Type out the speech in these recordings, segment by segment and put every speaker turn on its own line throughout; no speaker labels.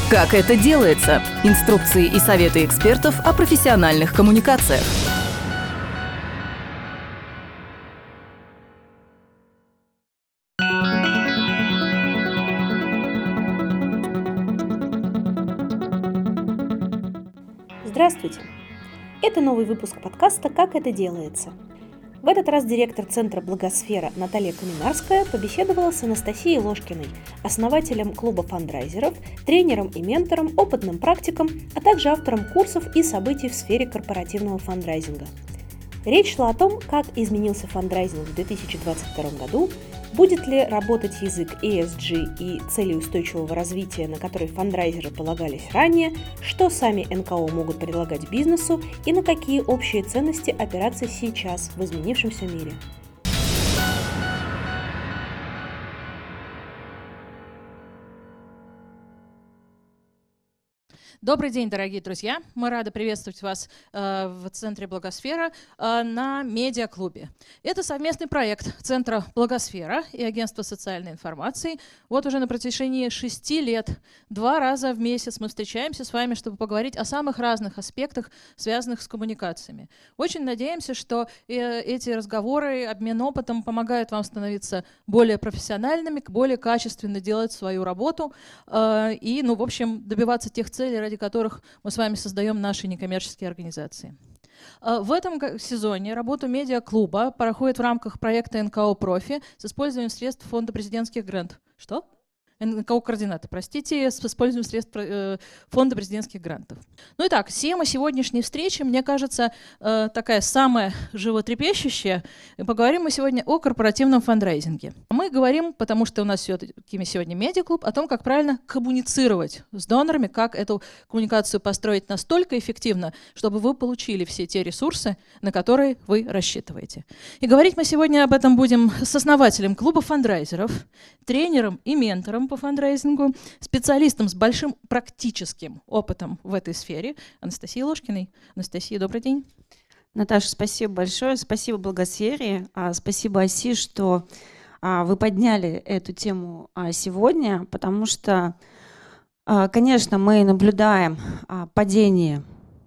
Как это делается? Инструкции и советы экспертов о профессиональных коммуникациях.
Здравствуйте! Это новый выпуск подкаста «Как это делается?». В этот раз директор Центра «Благосфера» Наталья Каминарская побеседовала с Анастасией Ложкиной, основателем клуба фандрайзеров, тренером и ментором, опытным практиком, а также автором курсов и событий в сфере корпоративного фандрайзинга. Речь шла о том, как изменился фандрайзинг в 2022 году, будет ли работать язык ESG и цели устойчивого развития, на которые фандрайзеры полагались ранее, что сами НКО могут предлагать бизнесу и на какие общие ценности опираться сейчас в изменившемся мире.
Добрый день, дорогие друзья! Мы рады приветствовать вас в Центре «Благосфера» на медиаклубе. Это совместный проект Центра «Благосфера» и Агентства социальной информации. Вот уже на протяжении 6 лет, 2 раза в месяц мы встречаемся с вами, чтобы поговорить о самых разных аспектах, связанных с коммуникациями. Очень надеемся, что эти разговоры, обмен опытом помогают вам становиться более профессиональными, более качественно делать свою работу и, в общем, добиваться тех целей, ради которых мы с вами создаем наши некоммерческие организации. В этом сезоне работа медиаклуба проходит в рамках проекта НКО «Профи» с использованием средств Фонда президентских грантов. Что? НКО «Координаты», простите, с использованием средств Фонда президентских грантов. Итак, тема сегодняшней встречи, мне кажется, такая самая животрепещущая. Поговорим мы сегодня о корпоративном фандрайзинге. Мы говорим, потому что у нас все-таки сегодня медиаклуб, о том, как правильно коммуницировать с донорами, как эту коммуникацию построить настолько эффективно, чтобы вы получили все те ресурсы, на которые вы рассчитываете. И говорить мы сегодня об этом будем с основателем клуба фандрайзеров, тренером и ментором по фандрайзингу, специалистом с большим практическим опытом в этой сфере Анастасией Ложкиной. Анастасия, добрый день.
Наташа, спасибо большое. Спасибо Благосфере. Спасибо Оси, что вы подняли эту тему сегодня, потому что, конечно, мы наблюдаем падение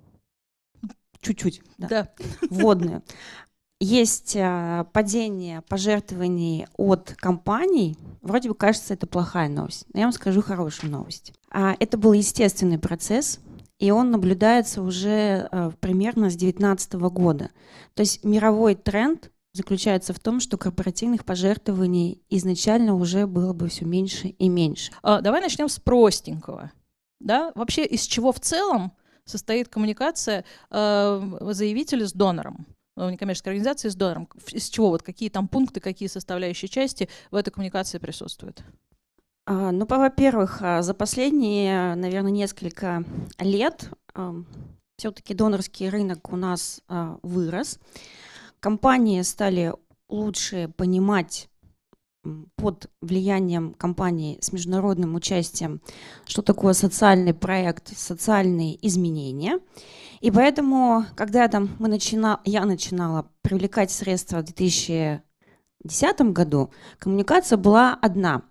чуть-чуть, вводное. Есть падение пожертвований от компаний. Вроде бы кажется, это плохая новость. Но я вам скажу хорошую новость. Это был естественный процесс, и он наблюдается уже примерно с 2019 года. То есть мировой тренд заключается в том, что корпоративных пожертвований изначально уже было бы все меньше и меньше.
Давай начнем с простенького. Да? Вообще, из чего в целом состоит коммуникация заявителя с донором? Некоммерческой организации с донором. Из чего, какие там пункты, какие составляющие части в этой коммуникации присутствуют?
Во-первых, за последние, наверное, несколько лет все-таки донорский рынок у нас вырос. Компании стали лучше понимать под влиянием компаний с международным участием, что такое социальный проект, социальные изменения. И поэтому, когда я начинала привлекать средства в 2010 году, коммуникация была одна.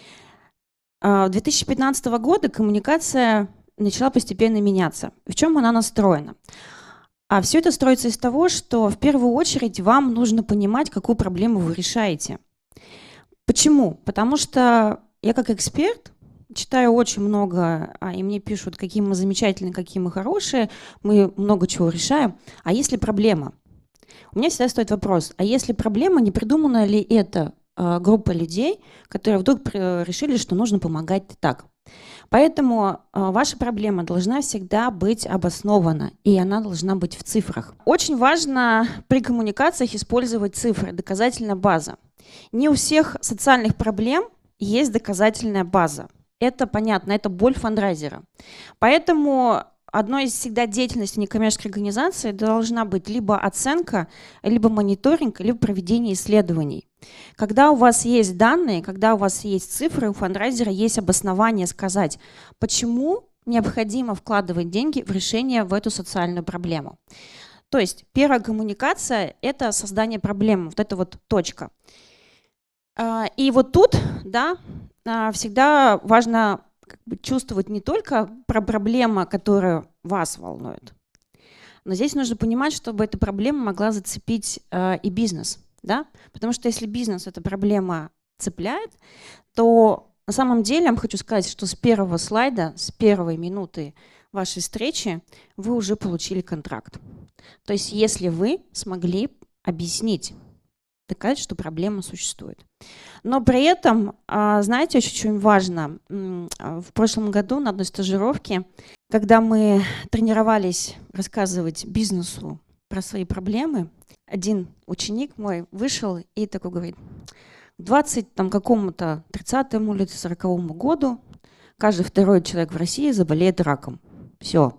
В 2015 года коммуникация начала постепенно меняться. В чем она настроена? Все это строится из того, что в первую очередь вам нужно понимать, какую проблему вы решаете. Почему? Потому что я как эксперт читаю очень много, и мне пишут, какие мы замечательные, какие мы хорошие, мы много чего решаем. А если проблема? У меня всегда стоит вопрос, а если проблема, не придумана ли это группа людей, которые вдруг решили, что нужно помогать так? Поэтому ваша проблема должна всегда быть обоснована, и она должна быть в цифрах. Очень важно при коммуникациях использовать цифры, доказательная база. Не у всех социальных проблем есть доказательная база. Это понятно, это боль фандрайзера. Поэтому одной из всегда деятельностей некоммерческой организации должна быть либо оценка, либо мониторинг, либо проведение исследований. Когда у вас есть данные, когда у вас есть цифры, у фандрайзера есть обоснование сказать, почему необходимо вкладывать деньги в решение в эту социальную проблему. То есть первая коммуникация – это создание проблемы, вот это вот точка. И вот тут, да, всегда важно чувствовать не только про проблему, которая вас волнует, но здесь нужно понимать, чтобы эта проблема могла зацепить и бизнес, да? Потому что если бизнес эта проблема цепляет, то на самом деле я вам хочу сказать, что с первого слайда, с первой минуты вашей встречи вы уже получили контракт. То есть если вы смогли объяснить, доказать, что проблема существует. Но при этом, знаете, очень важно, в прошлом году на одной стажировке, когда мы тренировались рассказывать бизнесу про свои проблемы, один ученик мой вышел и такой говорит: к 30-му или 40-му году каждый второй человек в России заболеет раком. Все.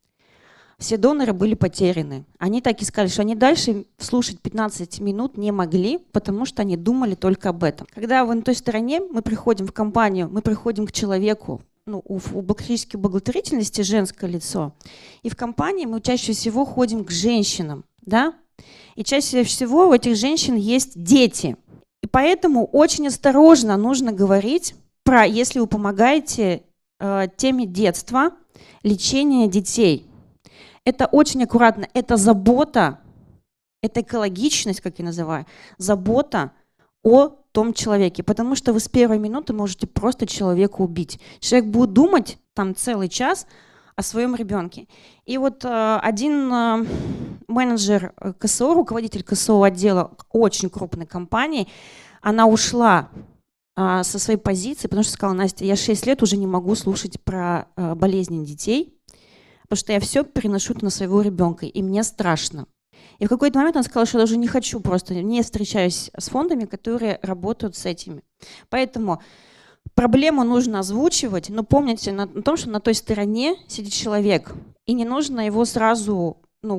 Все доноры были потеряны. Они так и сказали, что они дальше слушать 15 минут не могли, потому что они думали только об этом. Когда вы на той стороне, мы приходим в компанию, мы приходим к человеку, у классической благотворительности женское лицо, и в компании мы чаще всего ходим к женщинам, да? И чаще всего у этих женщин есть дети. И поэтому очень осторожно нужно говорить про, если вы помогаете теме детства, лечения детей. Это очень аккуратно, это забота, это экологичность, как я называю, забота о том человеке, потому что вы с первой минуты можете просто человека убить. Человек будет думать там целый час о своем ребенке. И вот один менеджер КСО, руководитель КСО отдела очень крупной компании, она ушла со своей позиции, потому что сказала: Настя, я 6 лет уже не могу слушать про болезни детей, потому что я все переношу на своего ребенка, и мне страшно. И в какой-то момент она сказала, что я даже не хочу, просто не встречаюсь с фондами, которые работают с этими. Поэтому проблему нужно озвучивать, но помните о том, что на той стороне сидит человек, и не нужно его сразу,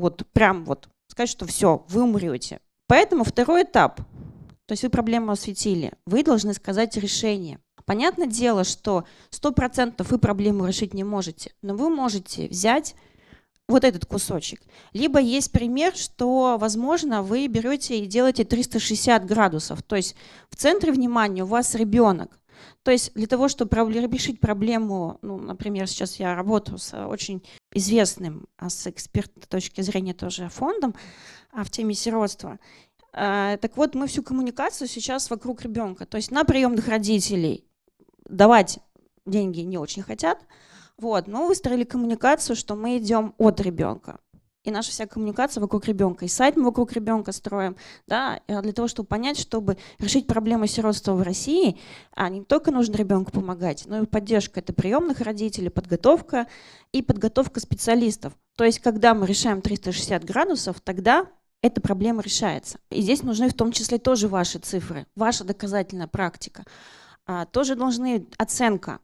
сказать, что все, вы умрете. Поэтому второй этап, то есть вы проблему осветили, вы должны сказать решение. Понятное дело, что 100% вы проблему решить не можете, но вы можете взять вот этот кусочек. Либо есть пример, что, возможно, вы берете и делаете 360 градусов, то есть в центре внимания у вас ребенок. То есть для того, чтобы решить проблему, например, сейчас я работаю с очень известным, с экспертной точки зрения тоже фондом в теме сиротства. Так вот, мы всю коммуникацию сейчас вокруг ребенка, то есть на приемных родителей давать деньги не очень хотят, но выстроили коммуникацию, что мы идем от ребенка. И наша вся коммуникация вокруг ребенка. И сайт мы вокруг ребенка строим, да, для того, чтобы понять, чтобы решить проблему сиротства в России, не только нужно ребенку помогать, но и поддержка это приемных родителей, подготовка и подготовка специалистов. То есть, когда мы решаем 360 градусов, тогда эта проблема решается. И здесь нужны в том числе тоже ваши цифры, ваша доказательная практика. Тоже должны оценка.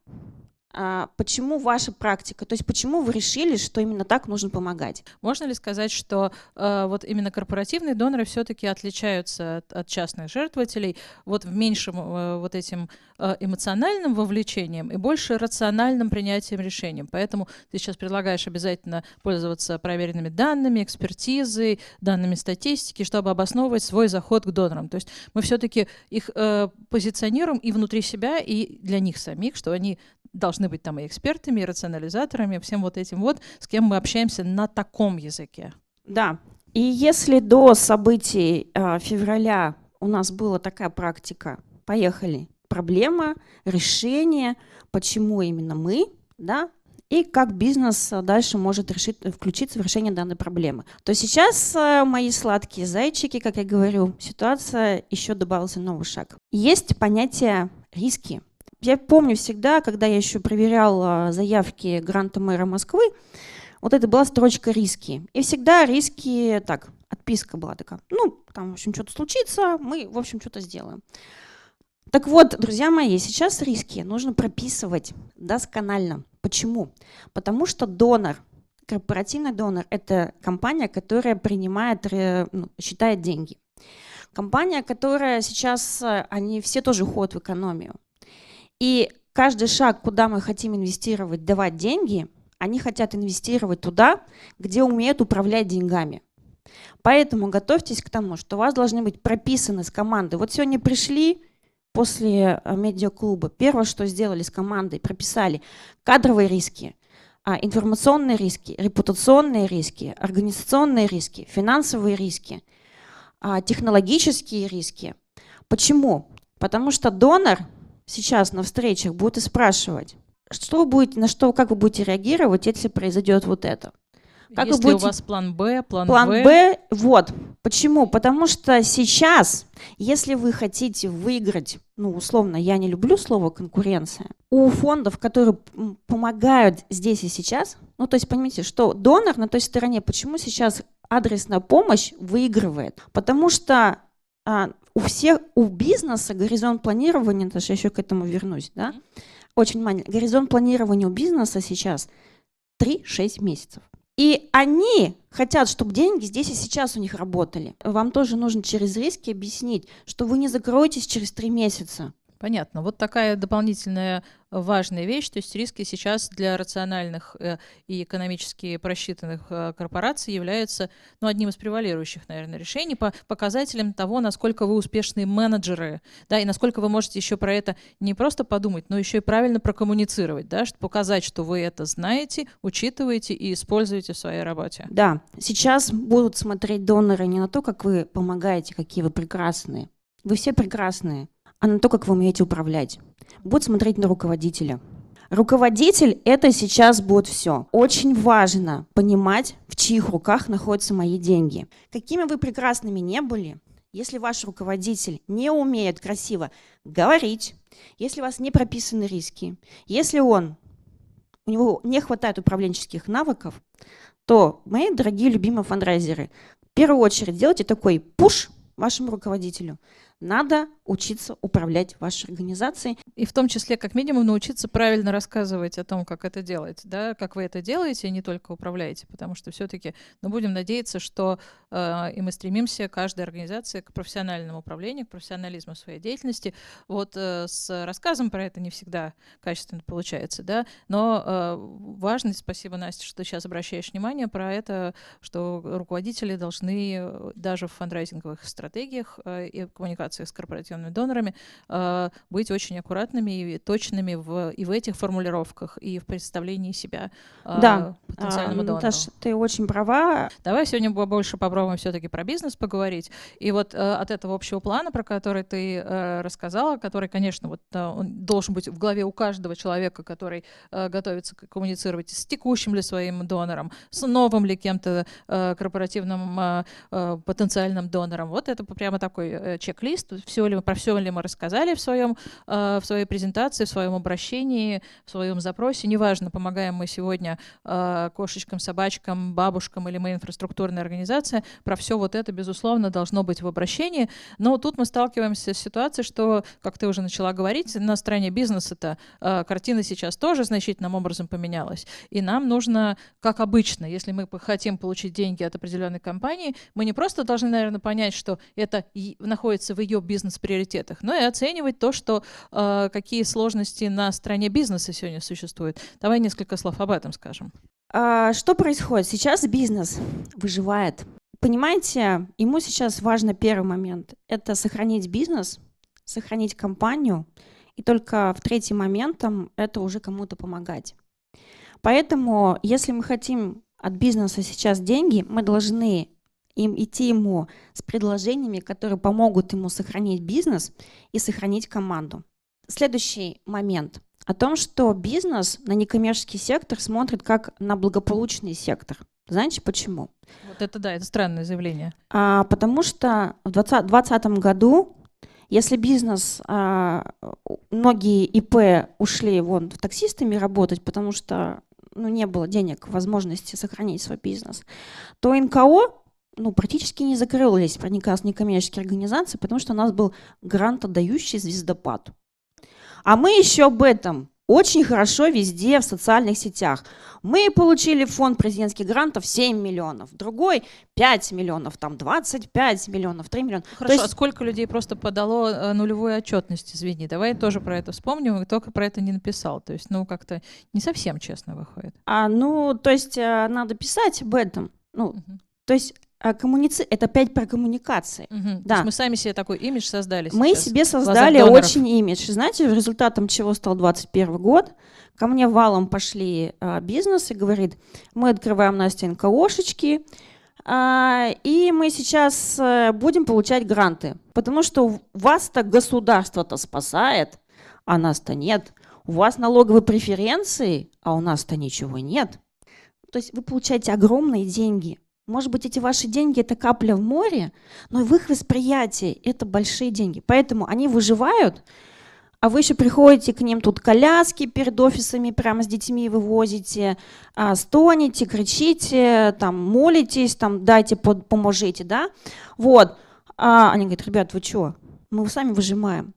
Почему ваша практика, то есть почему вы решили, что именно так нужно помогать?
Можно ли сказать, что вот именно корпоративные доноры все-таки отличаются от частных жертвователей вот в меньшем вот этим эмоциональным вовлечением и больше рациональным принятием решений? Поэтому ты сейчас предлагаешь обязательно пользоваться проверенными данными, экспертизой, данными статистики, чтобы обосновывать свой заход к донорам. То есть мы все-таки их позиционируем и внутри себя, и для них самих, что они должны быть там и экспертами, и рационализаторами, всем вот этим с кем мы общаемся на таком языке.
Да. И если до событий февраля у нас была такая практика, поехали, проблема, решение, почему именно мы, да, и как бизнес дальше может включиться в решение данной проблемы, то сейчас, мои сладкие зайчики, как я говорю, ситуация еще добавился новый шаг. Есть понятие риски. Я помню всегда, когда я еще проверяла заявки гранта мэра Москвы, вот это была строчка «риски». И всегда риски, отписка была такая, там, в общем, что-то случится, мы, в общем, что-то сделаем. Так вот, друзья мои, сейчас риски нужно прописывать досконально. Почему? Потому что донор, корпоративный донор – это компания, которая считает деньги. Компания, которая сейчас, они все тоже уходят в экономию. И каждый шаг, куда мы хотим инвестировать, давать деньги, они хотят инвестировать туда, где умеют управлять деньгами. Поэтому готовьтесь к тому, что у вас должны быть прописаны с командой. Вот сегодня пришли, после медиаклуба, первое, что сделали с командой, прописали кадровые риски, информационные риски, репутационные риски, организационные риски, финансовые риски, технологические риски. Почему? Потому что донор сейчас на встречах будет и спрашивать, как вы будете реагировать, если произойдет вот это. Как
если у вас план Б, план
Б, вот. Почему? Потому что сейчас, если вы хотите выиграть, условно, я не люблю слово конкуренция, у фондов, которые помогают здесь и сейчас, то есть поймите, что донор на той стороне, почему сейчас адресная помощь выигрывает? Потому что у бизнеса горизонт планирования, даже я еще к этому вернусь, да, очень маленький, горизонт планирования у бизнеса сейчас 3-6 месяцев. И они хотят, чтобы деньги здесь и сейчас у них работали. Вам тоже нужно через риски объяснить, что вы не закроетесь через 3 месяца.
Понятно. Вот такая дополнительная важная вещь, то есть риски сейчас для рациональных и экономически просчитанных корпораций являются одним из превалирующих, наверное, решений по показателям того, насколько вы успешные менеджеры, да, и насколько вы можете еще про это не просто подумать, но еще и правильно прокоммуницировать, да, чтобы показать, что вы это знаете, учитываете и используете в своей работе.
Да, сейчас будут смотреть доноры не на то, как вы помогаете, какие вы прекрасные. Вы все прекрасные. А на то, как вы умеете управлять. Будут смотреть на руководителя. Руководитель — это сейчас будет все. Очень важно понимать, в чьих руках находятся мои деньги. Какими вы прекрасными не были, если ваш руководитель не умеет красиво говорить, если у вас не прописаны риски, если у него не хватает управленческих навыков, то, мои дорогие любимые фандрайзеры, в первую очередь делайте такой пуш вашему руководителю. Надо учиться управлять вашей организацией.
И в том числе, как минимум, научиться правильно рассказывать о том, как это делать, да, как вы это делаете, и не только управляете, потому что все-таки, будем надеяться, что и мы стремимся, каждая организация, к профессиональному управлению, к профессионализму своей деятельности. Вот с рассказом про это не всегда качественно получается, да, но важно, спасибо, Настя, что ты сейчас обращаешь внимание про это, что руководители должны даже в фандрайзинговых стратегиях и коммуникациях с корпоративными донорами быть очень аккуратными и точными и в этих формулировках, и в представлении себя потенциальному донору.
Наташа, ты очень права.
Давай сегодня больше попробуем все-таки про бизнес поговорить. И вот от этого общего плана, про который ты рассказала, который, конечно, он должен быть в голове у каждого человека, который готовится коммуницировать с текущим ли своим донором, с новым ли кем-то корпоративным потенциальным донором. Вот это прямо такой чек-лист. Про все ли мы рассказали в своей презентации, в своем обращении, в своем запросе. Неважно, помогаем мы сегодня кошечкам, собачкам, бабушкам или мы инфраструктурная организация. Про все вот это, безусловно, должно быть в обращении. Но тут мы сталкиваемся с ситуацией, что, как ты уже начала говорить, на стороне бизнеса-то картина сейчас тоже значительным образом поменялась. И нам нужно, как обычно, если мы хотим получить деньги от определенной компании, мы не просто должны, наверное, понять, что это находится в ее бизнес-приоритетах, но и оценивать то, что какие сложности на стороне бизнеса сегодня существуют. Давай несколько слов об этом скажем.
Что происходит? Сейчас бизнес выживает. Понимаете, ему сейчас важно первый момент – это сохранить бизнес, сохранить компанию, и только в третьем моментом это уже кому-то помогать. Поэтому, если мы хотим от бизнеса сейчас деньги, мы должны идти ему с предложениями, которые помогут ему сохранить бизнес и сохранить команду. Следующий момент о том, что бизнес на некоммерческий сектор смотрит как на благополучный сектор. Знаете почему?
Вот это да, это странное заявление.
Потому что в 2020 году, если бизнес, многие ИП ушли в таксистами работать, потому что не было денег, возможности сохранить свой бизнес, то НКО практически не закрылись некоммерческие организации, потому что у нас был грантодающий звездопад. А мы еще об этом очень хорошо везде в социальных сетях. Мы получили фонд президентских грантов 7 миллионов, другой 5 миллионов, 25 миллионов, 3 миллиона.
Хорошо, а сколько людей просто подало нулевую отчетность, извини, давай тоже про это вспомним, и только про это не написал. То есть, как-то не совсем честно выходит.
Надо писать об этом. То есть это опять про коммуникации.
То
Да.
есть мы сами себе такой имидж создали
Мы
сейчас
себе
в глазах
создали
доноров.
очень имидж. И знаете, результатом чего стал 2021 год? Ко мне валом пошли бизнесы, говорит, мы открываем Настя НКОшечки, и мы сейчас будем получать гранты, потому что вас-то государство-то спасает, а нас-то нет. У вас налоговые преференции, а у нас-то ничего нет. То есть вы получаете огромные деньги. Может быть, эти ваши деньги – это капля в море, но в их восприятии это большие деньги. Поэтому они выживают, а вы еще приходите к ним, тут коляски перед офисами прямо с детьми вывозите, стонете, кричите, там, молитесь, там, дайте, поможите, да? Вот. Они говорят, ребят, вы что? Мы сами выжимаем.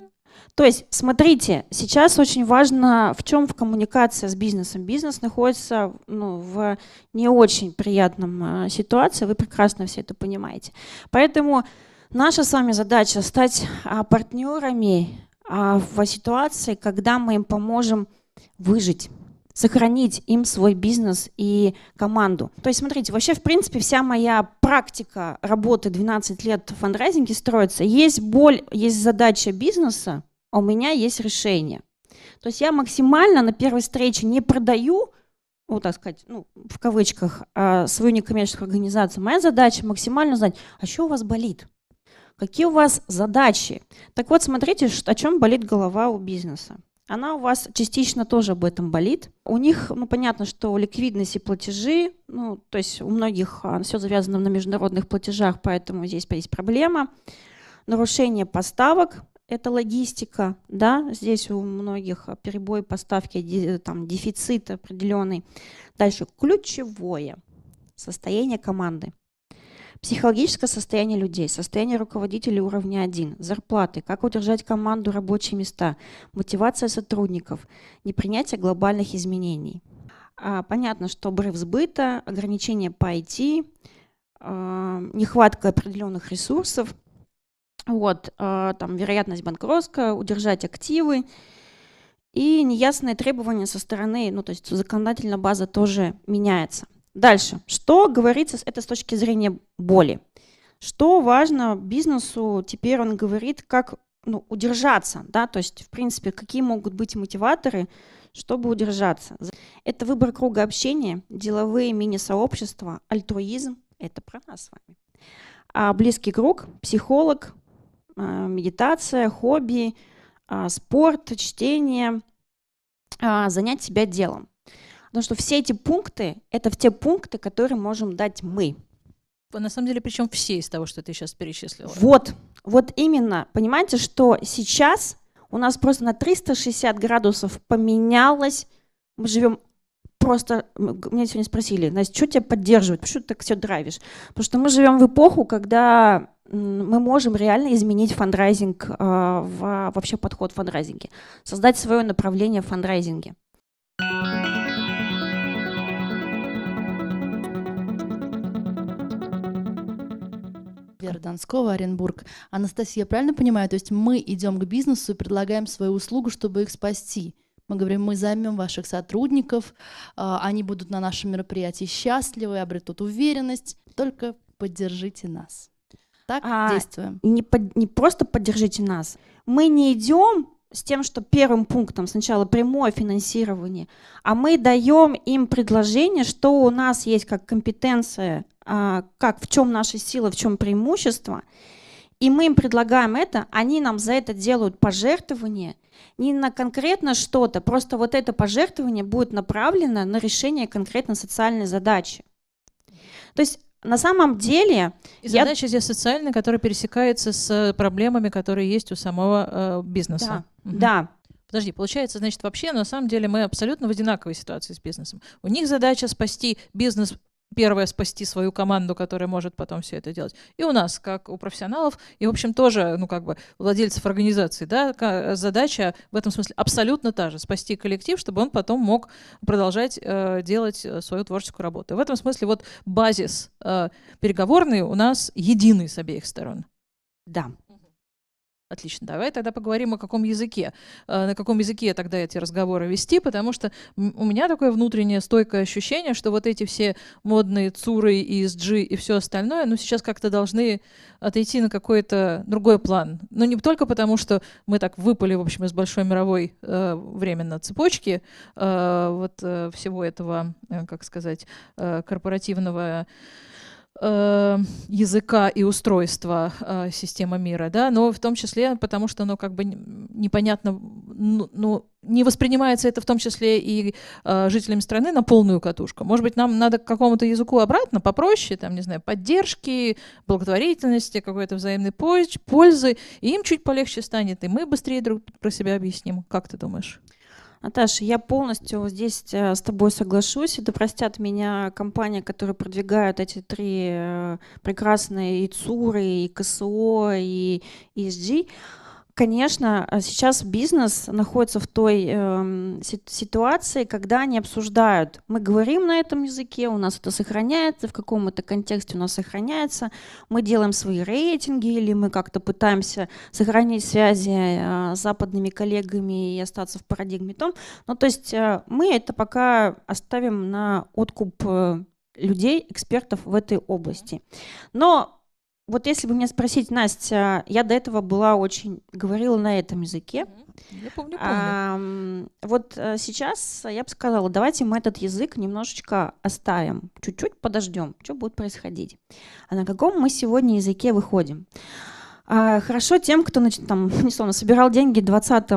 То есть, смотрите, сейчас очень важно, в чем в коммуникации с бизнесом. Бизнес находится в не очень приятном ситуации, вы прекрасно все это понимаете. Поэтому наша с вами задача стать партнерами в ситуации, когда мы им поможем выжить, сохранить им свой бизнес и команду. То есть, смотрите, вообще, в принципе, вся моя практика работы 12 лет в фандрайзинге строится. Есть боль, есть задача бизнеса, а у меня есть решение. То есть я максимально на первой встрече не продаю, вот так сказать, в кавычках, свою некоммерческую организацию. Моя задача максимально знать, а что у вас болит? Какие у вас задачи? Так вот, смотрите, о чем болит голова у бизнеса. Она у вас частично тоже об этом болит. У них, понятно, что ликвидность и платежи, то есть у многих все завязано на международных платежах, поэтому здесь есть проблема. Нарушение поставок. Это логистика, да, здесь у многих перебой поставки, там, дефицит определенный. Дальше ключевое состояние команды, психологическое состояние людей, состояние руководителей уровня 1, зарплаты, как удержать команду, рабочие места, мотивация сотрудников, непринятие глобальных изменений. Понятно, что обрыв сбыта, ограничения по IT, нехватка определенных ресурсов. Вот, там вероятность банкротства, удержать активы и неясные требования со стороны, то есть законодательная база тоже меняется. Дальше, что говорится, это с точки зрения боли. Что важно бизнесу, теперь он говорит, как удержаться, да, то есть, в принципе, какие могут быть мотиваторы, чтобы удержаться. Это выбор круга общения, деловые мини-сообщества, альтруизм, это про нас с вами. Близкий круг, психолог, медитация, хобби, спорт, чтение, занять себя делом. Потому что все эти пункты – это те пункты, которые можем дать мы.
На самом деле, причем все из того, что ты сейчас перечислила.
Вот именно. Понимаете, что сейчас у нас просто на 360 градусов поменялось. Мы живем просто... Меня сегодня спросили, Настя, что тебя поддерживает? Почему ты так все драйвишь? Потому что мы живем в эпоху, когда мы можем реально изменить фандрайзинг, вообще подход в фандрайзинге, создать свое направление в фандрайзинге.
Вера Донскова, Оренбург. Анастасия, правильно понимаю? То есть мы идем к бизнесу и предлагаем свою услугу, чтобы их спасти. Мы говорим, мы займем ваших сотрудников, они будут на нашем мероприятии счастливы, обретут уверенность, только поддержите нас. Так действуем.
Не просто поддержите нас. Мы не идем с тем, что первым пунктом сначала прямое финансирование, а мы даем им предложение, что у нас есть как компетенция, как в чем наши силы, в чем преимущество, и мы им предлагаем это, они нам за это делают пожертвование, не на конкретно что-то, просто вот это пожертвование будет направлено на решение конкретно социальной задачи. То есть на самом деле...
И задача здесь социальная, которая пересекается с проблемами, которые есть у самого бизнеса.
Да.
Подожди, получается, значит, вообще на самом деле мы абсолютно в одинаковой ситуации с бизнесом. У них задача спасти бизнес, первое, спасти свою команду, которая может потом все это делать. И у нас, как у профессионалов, и, в общем, тоже, владельцев организации, да, задача в этом смысле абсолютно та же. Спасти коллектив, чтобы он потом мог продолжать делать свою творческую работу. И в этом смысле вот базис переговорный у нас единый с обеих сторон.
Да.
Отлично, давай тогда поговорим о каком языке. На каком языке тогда эти разговоры вести, потому что у меня такое внутреннее стойкое ощущение, что вот эти все модные ЦУРы, ESG и все остальное, ну, сейчас как-то должны отойти на какой-то другой план. Но не только потому, что мы так выпали, в общем, из большой мировой временно цепочки всего этого, как сказать, корпоративного языка и устройства системы мира, да, но в том числе потому, что оно как бы непонятно, не воспринимается это в том числе и жителями страны на полную катушку. Может быть, нам надо к какому-то языку обратно, попроще, там, не знаю, поддержки, благотворительности, какой-то взаимной пользы, и им чуть полегче станет, и мы быстрее друг про себя объясним. Как ты думаешь?
Наташа, я полностью здесь с тобой соглашусь, и да простят меня компании, которые продвигают эти три прекрасные и ЦУРы, и КСО, и ESG. Конечно, сейчас бизнес находится в той ситуации, когда они обсуждают. Мы говорим на этом языке, у нас это сохраняется, в каком-то контексте у нас сохраняется. Мы делаем свои рейтинги или мы как-то пытаемся сохранить связи с западными коллегами и остаться в парадигме том. Ну, то есть мы это пока оставим на откуп людей, экспертов в этой области. Но вот если бы меня спросить, Настя, я до этого говорила на этом языке.
Я помню.
Вот сейчас я бы сказала, давайте мы этот язык немножечко оставим, чуть-чуть подождем, что будет происходить. А на каком мы сегодня языке выходим? Хорошо тем, кто собирал деньги в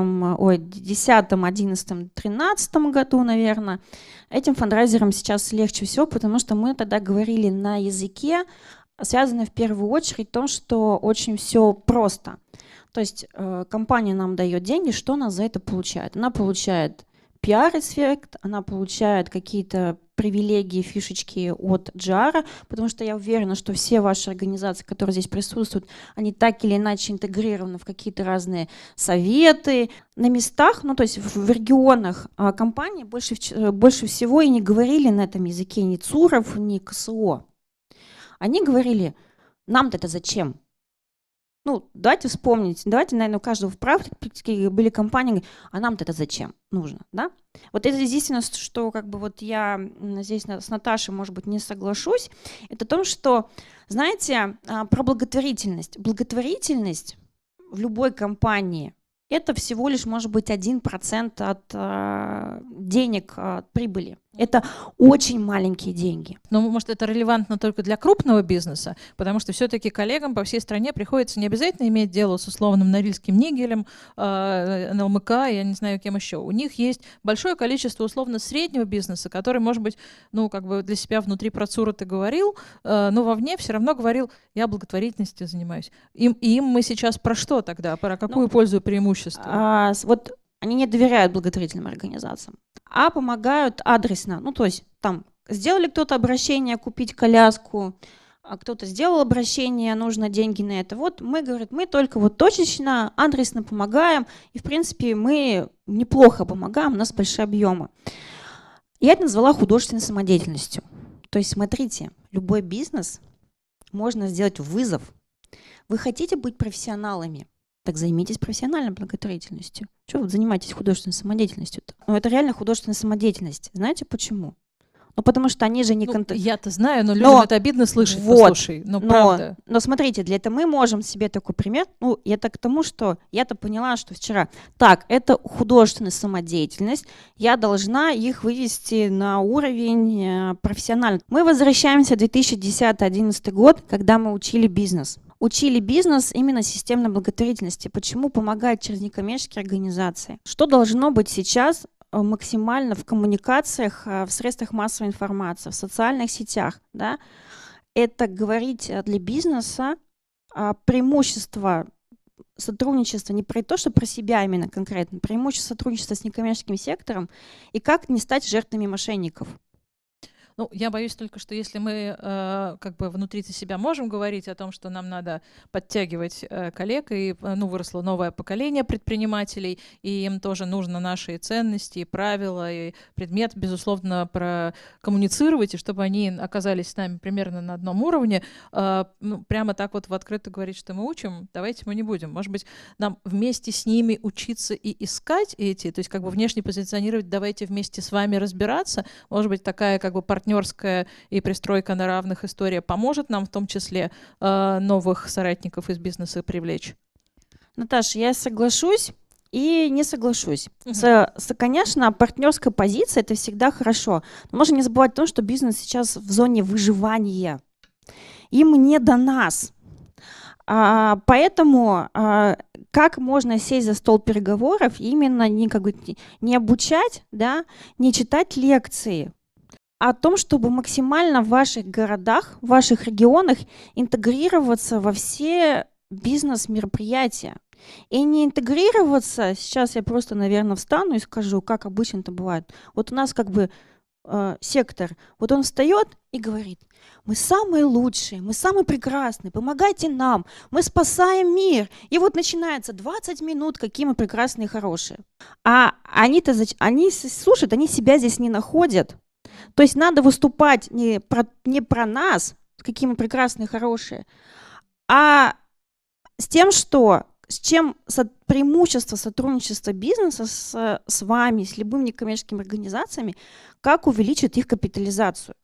2010, 11, 13 году, наверное. Этим фандрайзерам сейчас легче всего, потому что мы тогда говорили на языке, связано в первую очередь том, что очень все просто. То есть компания нам дает деньги, что она за это получает? Она получает пиар-эффект, она получает какие-то привилегии, фишечки от GR, потому что я уверена, что все ваши организации, которые здесь присутствуют, они так или иначе интегрированы в какие-то разные советы. На местах, ну то есть в регионах компании больше всего и не говорили на этом языке ни ЦУРов, ни КСО. Они говорили, нам-то это зачем? Ну, давайте вспомнить, наверное, у каждого в практике были компании, а нам-то это зачем нужно, да? Вот это единственное, что как бы вот я здесь с Наташей, может быть, не соглашусь, это то, что, знаете, про благотворительность. Благотворительность в любой компании – это всего лишь, может быть, 1% от денег, от прибыли. Это очень маленькие деньги.
Но, может, это релевантно только для крупного бизнеса, потому что все-таки коллегам по всей стране приходится не обязательно иметь дело с условным Норильским нигелем, НЛМК, я не знаю, кем еще. У них есть большое количество условно среднего бизнеса, который, может быть, ну, как бы для себя внутри про ЦУРа ты говорил, но вовне все равно говорил, я благотворительностью занимаюсь. Им мы сейчас про что тогда? Про какую пользу и преимущество?
Вот они не доверяют благотворительным организациям, а помогают адресно. Ну, то есть там сделали кто-то обращение купить коляску, а кто-то сделал обращение, нужно деньги на это. Вот мы, говорят, мы только вот точечно, адресно помогаем, и, в принципе, мы неплохо помогаем, у нас большие объемы. Я это назвала художественной самодеятельностью. То есть, смотрите, любой бизнес можно сделать вызов. Вы хотите быть профессионалами? Так займитесь профессиональной благотворительностью. Чего вы занимаетесь художественной самодеятельностью-то? Ну, это реально художественная самодеятельность. Знаете почему? Ну, потому что они же не...
Я-то знаю, но людям это обидно слышать, послушай. Правда.
Но смотрите, для этого мы можем себе такой пример... Ну, это к тому, что я-то поняла, что вчера... Так, это художественная самодеятельность. Я должна их вывести на уровень профессиональный. Мы возвращаемся в 2010-2011 год, когда мы учили бизнес. Учили бизнес именно системной благотворительности. Почему помогать через некоммерческие организации? Что должно быть сейчас максимально в коммуникациях, в средствах массовой информации, в социальных сетях? Да? Это говорить для бизнеса преимущество сотрудничества, не про то, что про себя именно конкретно, преимущество сотрудничества с некоммерческим сектором и как не стать жертвами мошенников.
Ну, я боюсь только, что если мы как бы внутри себя можем говорить о том, что нам надо подтягивать коллег, и выросло новое поколение предпринимателей, и им тоже нужно наши ценности, и правила, и предмет, безусловно, прокоммуницировать, и чтобы они оказались с нами примерно на одном уровне, прямо так вот в открытую говорить, что мы учим, давайте мы не будем. Может быть, нам вместе с ними учиться и искать эти, то есть как бы внешне позиционировать, давайте вместе с вами разбираться. Может быть, такая как бы партнерская и пристройка на равных история поможет нам в том числе новых соратников из бизнеса привлечь.
Наташа, я соглашусь и не соглашусь. Конечно, партнерская позиция — это всегда хорошо. Но можно не забывать о том, что бизнес сейчас в зоне выживания. Им не до нас. Поэтому как можно сесть за стол переговоров, именно не обучать, да, не читать лекции, а о том, чтобы максимально в ваших городах, в ваших регионах интегрироваться во все бизнес-мероприятия. И не интегрироваться, сейчас я просто, наверное, встану и скажу, как обычно это бывает. Вот у нас как бы сектор, вот он встает и говорит: мы самые лучшие, мы самые прекрасные, помогайте нам, мы спасаем мир. И вот начинается 20 минут, какие мы прекрасные и хорошие. А они слушают, они себя здесь не находят. То есть надо выступать не про нас, какие мы прекрасные и хорошие, а с тем, с чем преимущество сотрудничества бизнеса с вами, с любыми некоммерческими организациями, как увеличит их капитализацию.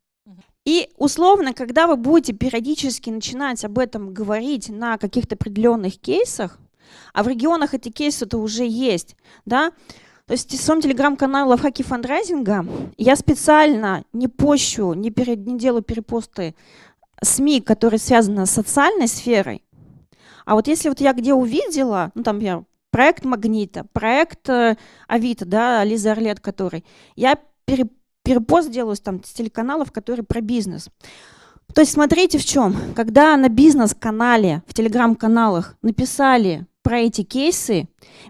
И условно, когда вы будете периодически начинать об этом говорить на каких-то определенных кейсах, а в регионах эти кейсы-то уже есть, да, то есть в своем телеграм-канале «Лайфхаки фандрайзинга» я специально не пощу, не делаю перепосты СМИ, которые связаны с социальной сферой. А вот если вот я где увидела, там проект Магнита, проект Авито, да, Лизы Орлет, который, я перепост делаю там с телеканалов, которые про бизнес. То есть смотрите в чем. Когда на бизнес-канале, в телеграм-каналах написали про эти кейсы,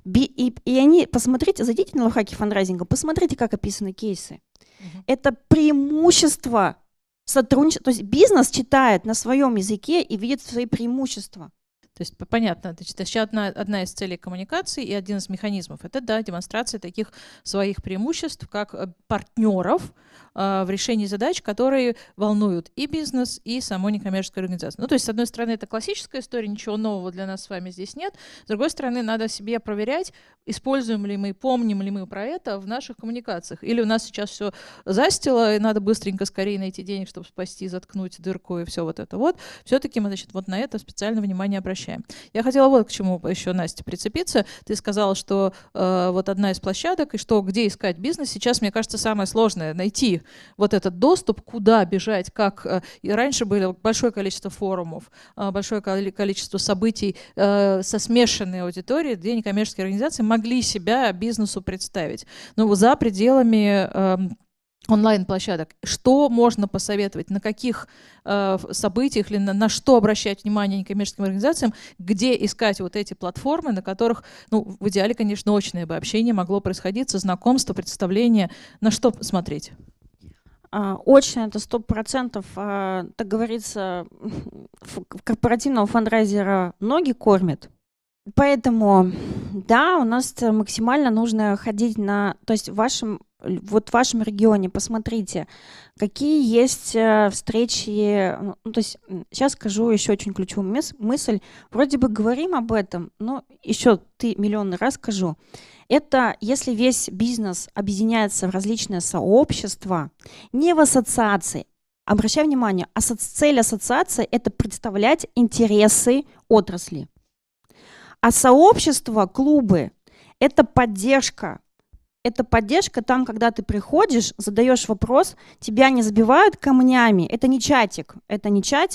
и они, посмотрите, зайдите на лайфхаки фандрайзинга, посмотрите, как описаны кейсы. Это преимущество сотрудничества. То есть бизнес читает на своем языке и видит свои преимущества.
То есть понятно, значит, еще одна из целей коммуникации и один из механизмов — это, да, демонстрация таких своих преимуществ как партнеров в решении задач, которые волнуют и бизнес, и саму некоммерческую организацию. Ну, то есть, с одной стороны, это классическая история, ничего нового для нас с вами здесь нет. С другой стороны, надо себе проверять, используем ли мы, помним ли мы про это в наших коммуникациях. Или у нас сейчас все застило, и надо быстренько скорее найти денег, чтобы спасти, заткнуть дырку и все вот это вот. Все-таки мы, значит, вот на это специально внимание обращаем. Я хотела вот к чему еще, Настя, прицепиться. Ты сказала, что вот одна из площадок, и что где искать бизнес. Сейчас, мне кажется, самое сложное — найти вот этот доступ, куда бежать, как. И раньше было большое количество форумов, большое количество событий со смешанной аудиторией, где некоммерческие организации могли себя бизнесу представить. Но за пределами онлайн-площадок. Что можно посоветовать, на каких событиях или на что обращать внимание некоммерческим организациям, где искать вот эти платформы, на которых, в идеале, конечно, очное бы общение могло происходить, знакомство, представление, на что смотреть?
Очно — это 100%, так говорится, корпоративного фандрайзера ноги кормит. Поэтому, да, у нас максимально нужно ходить то есть в вашем регионе, посмотрите, какие есть встречи. То есть сейчас скажу еще очень ключевую мысль. Вроде бы говорим об этом, но еще миллионный раз скажу. Это если весь бизнес объединяется в различные сообщества, не в ассоциации. Обращай внимание, цель ассоциации — это представлять интересы отрасли. А сообщество, клубы — это поддержка. Это поддержка там, когда ты приходишь, задаешь вопрос, тебя не забивают камнями. Это не чатик, это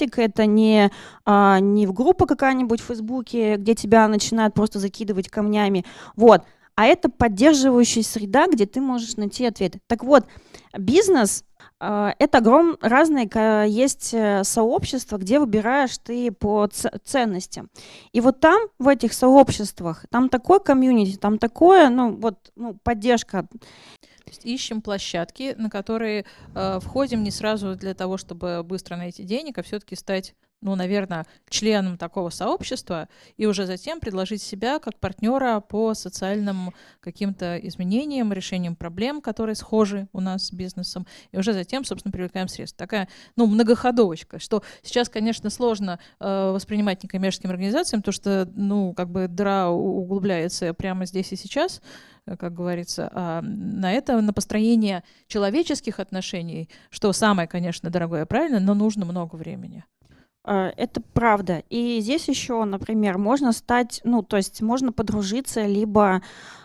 не в группа какая-нибудь в Фейсбуке, где тебя начинают просто закидывать камнями. Вот. А это поддерживающая среда, где ты можешь найти ответы. Так вот, бизнес — это разные есть сообщества, где выбираешь ты по ценностям. И вот там, в этих сообществах, там такой комьюнити, там такое, поддержка.
То есть ищем площадки, на которые входим не сразу для того, чтобы быстро найти денег, а все-таки стать, ну, наверное, членом такого сообщества и уже затем предложить себя как партнера по социальным каким-то изменениям, решениям проблем, которые схожи у нас с бизнесом, и уже затем, собственно, привлекаем средства. Такая, ну, многоходовочка, что сейчас, конечно, сложно воспринимать некоммерческим организациям, потому что, ну, как бы дыра углубляется прямо здесь и сейчас, как говорится, а на построение человеческих отношений, что самое, конечно, дорогое и правильно, но нужно много времени.
Это правда. И здесь еще, например, можно стать, ну, то есть можно подружиться, либо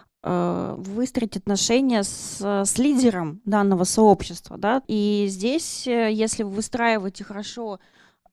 выстроить отношения с лидером данного сообщества, да. И здесь, если вы выстраиваете хорошо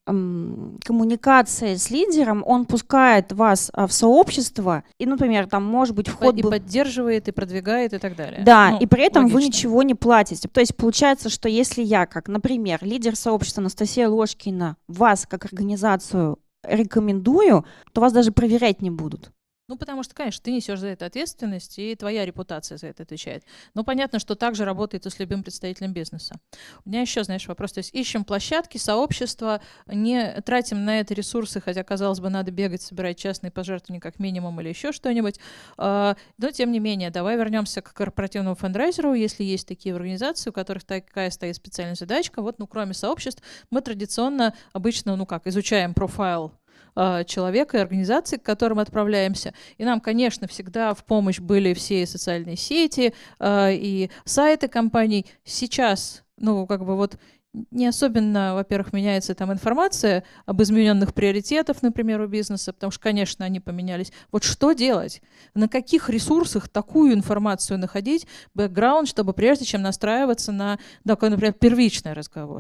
коммуникации с лидером, он пускает вас в сообщество, и, например, там может быть вход...
И поддерживает, и продвигает, и так далее.
Да,
ну,
и при этом
логично.
вы ничего не платите. То есть получается, что если я, как, например, лидер сообщества Анастасия Ложкина, вас как организацию рекомендую, то вас даже проверять не будут.
Ну, потому что, конечно, ты несешь за это ответственность, и твоя репутация за это отвечает. Но понятно, что так же работает и с любым представителем бизнеса. У меня еще, знаешь, вопрос. То есть ищем площадки, сообщества, не тратим на это ресурсы, хотя, казалось бы, надо бегать, собирать частные пожертвования как минимум или еще что-нибудь. Но, тем не менее, давай вернемся к корпоративному фандрайзеру. Если есть такие организации, у которых такая стоит специальная задачка, вот, ну, кроме сообществ, мы традиционно обычно, ну как, изучаем профайл человека и организации, к которым отправляемся. И нам, конечно, всегда в помощь были все социальные сети и сайты компаний. Сейчас, ну, как бы вот не особенно, во-первых, меняется там информация об измененных приоритетах, например, у бизнеса, потому что, конечно, они поменялись. Вот что делать? На каких ресурсах такую информацию находить, бэкграунд, чтобы прежде чем настраиваться на такой, например, первичный разговор?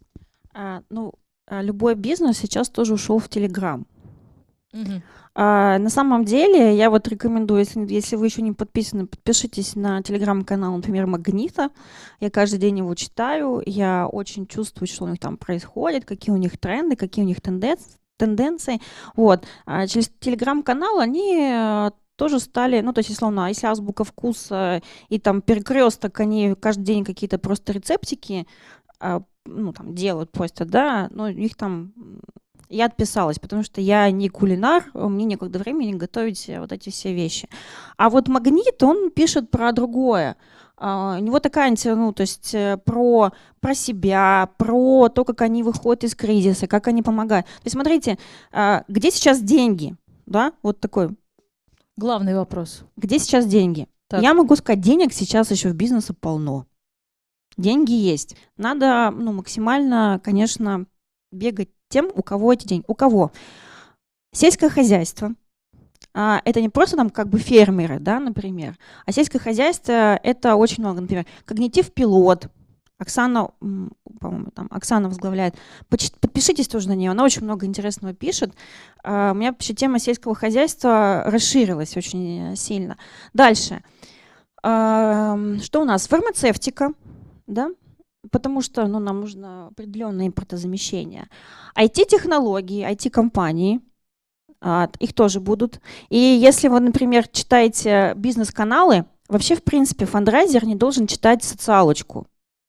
Любой бизнес сейчас тоже ушел в Telegram.
Угу.
На самом деле, я вот рекомендую, если вы еще не подписаны, подпишитесь на телеграм-канал, например, Магнита. Я каждый день его читаю, я очень чувствую, что у них там происходит, какие у них тренды, какие у них тенденции. Вот. Через телеграм-канал они тоже стали, ну, то есть, условно, если Азбука Вкуса и там Перекресток, они каждый день какие-то просто рецептики ну, там, делают, постят, да, но их там... Я отписалась, потому что я не кулинар, мне некогда времени готовить вот эти все вещи. А вот Магнит, он пишет про другое. У него такая, ну, то есть про себя, про то, как они выходят из кризиса, как они помогают. То есть смотрите, где сейчас деньги, да, вот такой.
Главный вопрос.
Где сейчас деньги?
Так.
Я могу сказать, денег сейчас еще в бизнесе полно. Деньги есть. Надо, ну, максимально, конечно, бегать тем, у кого эти деньги. У кого? Сельское хозяйство. Это не просто там как бы фермеры, да, например, а сельское хозяйство это очень много, например, Когнитив Пилот. Оксана, по-моему, там Оксана возглавляет. Подпишитесь тоже на нее, она очень много интересного пишет. У меня вообще тема сельского хозяйства расширилась очень сильно. Дальше. Что у нас? Фармацевтика, да? Потому что, ну, нам нужно определенное импортозамещение. IT-технологии, IT-компании, их тоже будут. И если вы, например, читаете бизнес-каналы, вообще, в принципе, фандрайзер не должен читать социалочку.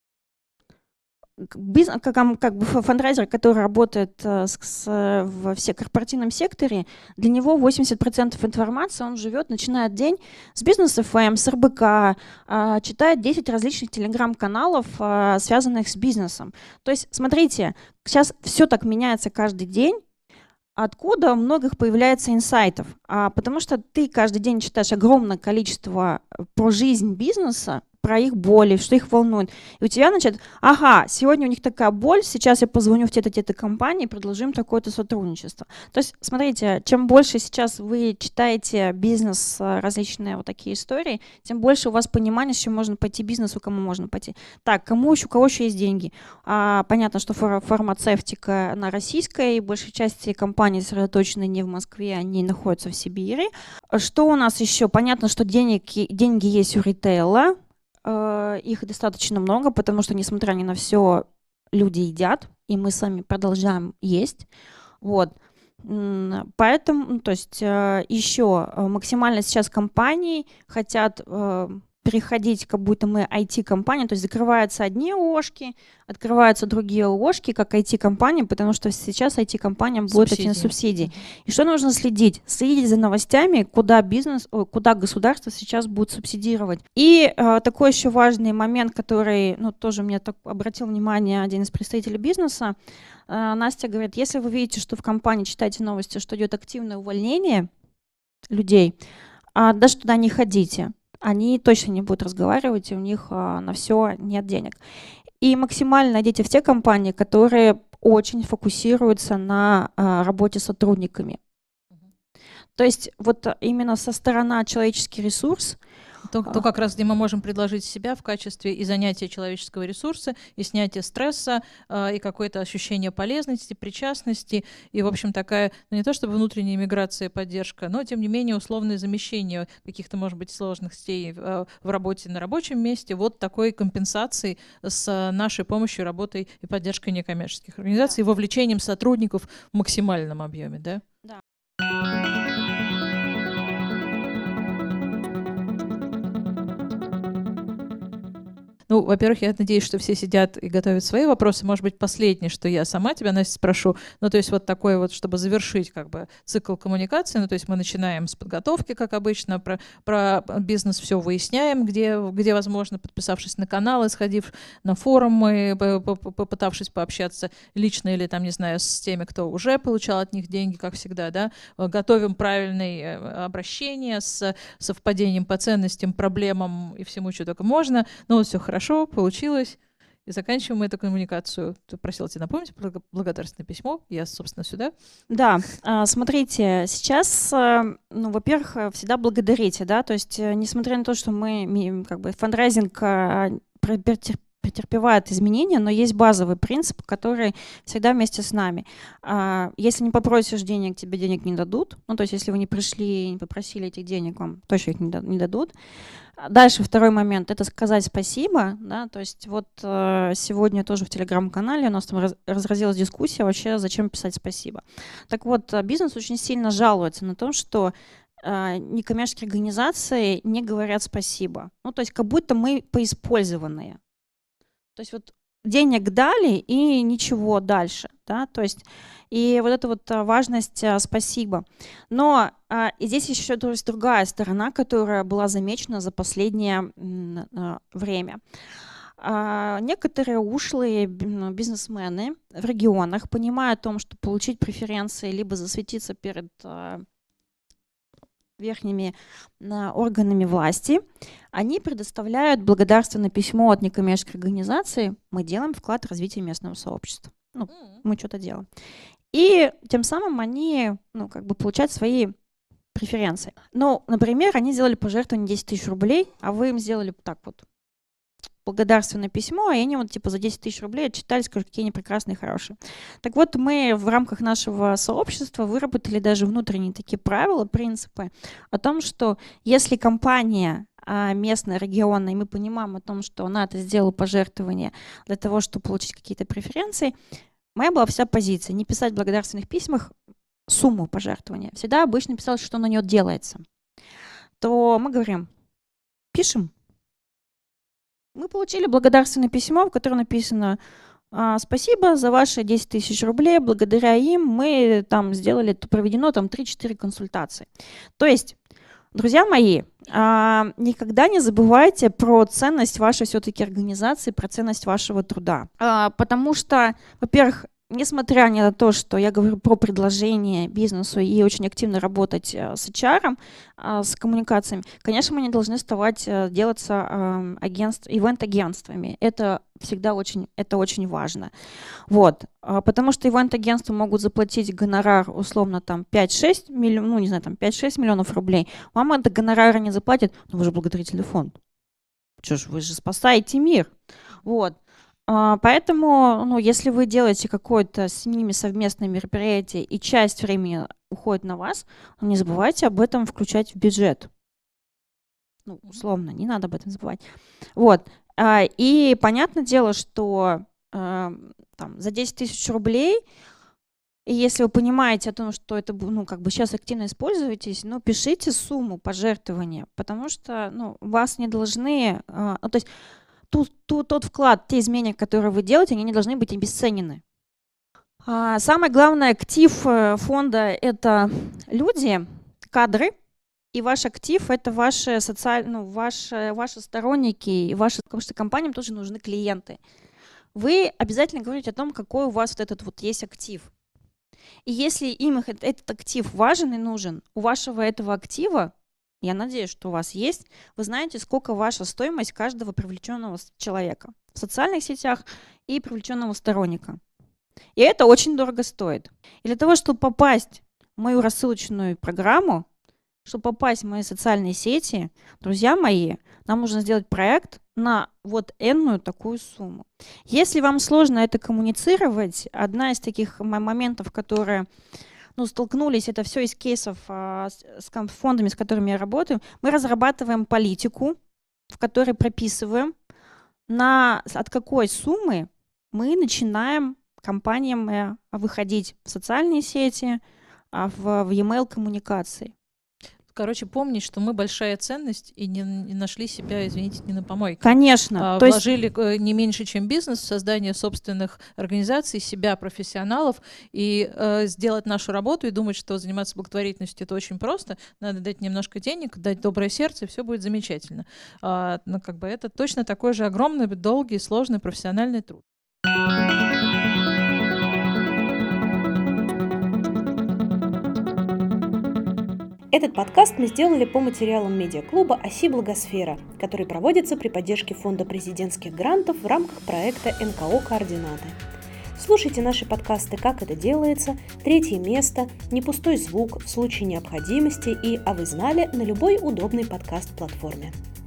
Как бы фандрайзер, который работает во корпоративном секторе, для него 80% информации, он живет, начинает день с бизнес-ФМ, с РБК, читает 10 различных телеграм-каналов, связанных с бизнесом. То есть, смотрите, сейчас все так меняется каждый день. Откуда у многих появляется инсайтов? Потому что ты каждый день читаешь огромное количество про жизнь бизнеса, про их боли, что их волнует. И у тебя, значит, ага, сегодня у них такая боль, сейчас я позвоню в те-то компании, предложим такое-то сотрудничество. То есть, смотрите, чем больше сейчас вы читаете бизнес, различные вот такие истории, тем больше у вас понимания, с чем можно пойти бизнесу, кому можно пойти. Так, у кого еще есть деньги? Понятно, что фармацевтика, она российская, и большая часть компаний сосредоточены не в Москве, они находятся в Сибири. Что у нас еще? Понятно, что деньги есть у ритейла. Их достаточно много, потому что, несмотря ни на все, люди едят, и мы сами продолжаем есть. Вот. Поэтому, то есть еще максимально сейчас компании хотят переходить, как будто мы IT-компания, то есть закрываются одни ООшки, открываются другие ООшки, как IT-компания, потому что сейчас IT-компаниям будут эти субсидии. И что нужно следить? Следить за новостями, куда куда государство сейчас будет субсидировать. И такой еще важный момент, который, тоже мне так обратил внимание один из представителей бизнеса. Настя говорит, если вы видите, что в компании, читаете новости, что идет активное увольнение людей, даже туда не ходите. Они точно не будут разговаривать, и у них на все нет денег. И максимально найдите в те компании, которые очень фокусируются на работе с сотрудниками. То есть вот именно со стороны человеческий ресурс.
То как раз, где мы можем предложить себя в качестве и занятия человеческого ресурса, и снятия стресса, и какое-то ощущение полезности, причастности, и, в общем, такая, не то чтобы внутренняя миграция, поддержка, но, тем не менее, условное замещение каких-то, может быть, сложностей в работе на рабочем месте, вот такой компенсации с нашей помощью, работой и поддержкой некоммерческих организаций, и вовлечением сотрудников в максимальном объеме, да?
Да.
Ну, во-первых, я надеюсь, что все сидят и готовят свои вопросы. Может быть, последнее, что я сама тебя, Настя, спрошу. То есть вот такое вот, чтобы завершить как бы цикл коммуникации. То есть мы начинаем с подготовки, как обычно, про бизнес все выясняем, где возможно, подписавшись на каналы, сходив на форумы, попытавшись пообщаться лично или там, не знаю, с теми, кто уже получал от них деньги, как всегда, да. Готовим правильные обращения с совпадением по ценностям, проблемам и всему, что только можно. Вот все хорошо. Хорошо, получилось. И заканчиваем эту коммуникацию. Ты просила тебя напомнить благодарственное письмо. Я, собственно, сюда.
Да, смотрите, сейчас, во-первых, всегда благодарите, да, то есть, несмотря на то, что мы, как бы, фандрайзинг претерпевает изменения, но есть базовый принцип, который всегда вместе с нами. Если не попросишь денег, тебе денег не дадут. То есть, если вы не пришли и не попросили этих денег, вам точно их не дадут. Дальше второй момент — это сказать спасибо, да, то есть вот сегодня тоже в телеграм-канале у нас там разразилась дискуссия вообще, зачем писать спасибо. Так вот, бизнес очень сильно жалуется на то, что некоммерческие организации не говорят спасибо. То есть как будто мы поиспользованные. То есть вот денег дали и ничего дальше, да, то есть и вот эта вот важность спасибо. Но и здесь еще есть другая сторона, которая была замечена за последнее время. Некоторые ушлые бизнесмены в регионах, понимая о том, что получить преференции либо засветиться перед верхними органами власти, они предоставляют благодарственное письмо от некоммерческой организации. Мы делаем вклад в развитие местного сообщества. Мы что-то делаем. И тем самым они, как бы получают свои преференции. Например, они сделали пожертвование 10 тысяч рублей, а вы им сделали так вот благодарственное письмо, и они вот типа за 10 тысяч рублей отчитали, скажут, какие они прекрасные и хорошие. Так вот, мы в рамках нашего сообщества выработали даже внутренние такие правила, принципы о том, что если компания местная, регионная, и мы понимаем о том, что она это сделала пожертвование для того, чтобы получить какие-то преференции, моя была вся позиция — не писать в благодарственных письмах сумму пожертвования. Всегда обычно писалось, что на нее делается. То мы говорим, пишем. Мы получили благодарственное письмо, в котором написано: спасибо за ваши 10 тысяч рублей, благодаря им мы там сделали, проведено там 3-4 консультации. То есть, друзья мои, никогда не забывайте про ценность вашей все-таки организации, про ценность вашего труда. Потому что, во-первых, несмотря на то, что я говорю про предложение бизнесу и очень активно работать с HR, с коммуникациями, конечно, мы не должны делаться ивент-агентствами. Это всегда очень важно. Вот. Потому что ивент-агентству могут заплатить гонорар условно там 5-6 миллионов, 5-6 миллионов рублей. Вам это гонорара не заплатят, но вы же благотворительный фонд. Что ж, вы же спасаете мир. Вот. Поэтому, если вы делаете какое-то с ними совместное мероприятие и часть времени уходит на вас, не забывайте об этом включать в бюджет. Условно, не надо об этом забывать. Вот. И понятное дело, что за 10 тысяч рублей И если вы понимаете о том, что это сейчас активно используетесь, пишите сумму пожертвования, потому что вас не должны, то есть тот вклад, те изменения, которые вы делаете, они не должны быть обесценены. Самый главный актив фонда – это люди, кадры, и ваш актив – это ваши ваши сторонники, потому что компаниям тоже нужны клиенты. Вы обязательно говорите о том, какой у вас этот есть актив. И если им этот актив важен и нужен, у вашего этого актива, я надеюсь, что у вас есть, вы знаете, сколько ваша стоимость каждого привлеченного человека в социальных сетях и привлеченного сторонника. И это очень дорого стоит. И для того, чтобы попасть в мою рассылочную программу, чтобы попасть в мои социальные сети, друзья мои, нам нужно сделать проект на энную такую сумму. Если вам сложно это коммуницировать, одна из таких моментов, которые столкнулись, это все из кейсов с фондами, с которыми я работаю, мы разрабатываем политику, в которой прописываем, от какой суммы мы начинаем компаниям выходить в социальные сети, в e-mail коммуникации.
Короче, помни, что мы большая ценность и не нашли себя, извините, не на помойке.
Конечно.
Вложили не меньше, чем бизнес в создание собственных организаций, себя, профессионалов, и сделать нашу работу и думать, что заниматься благотворительностью это очень просто. Надо дать немножко денег, дать доброе сердце, и все будет замечательно. Это точно такой же огромный, долгий, сложный профессиональный труд.
Этот подкаст мы сделали по материалам медиаклуба «Оси Благосфера», который проводится при поддержке Фонда президентских грантов в рамках проекта НКО «Координаты». Слушайте наши подкасты «Как это делается», «Третье место», «Не пустой звук» в случае необходимости и «А вы знали» на любой удобной подкаст-платформе.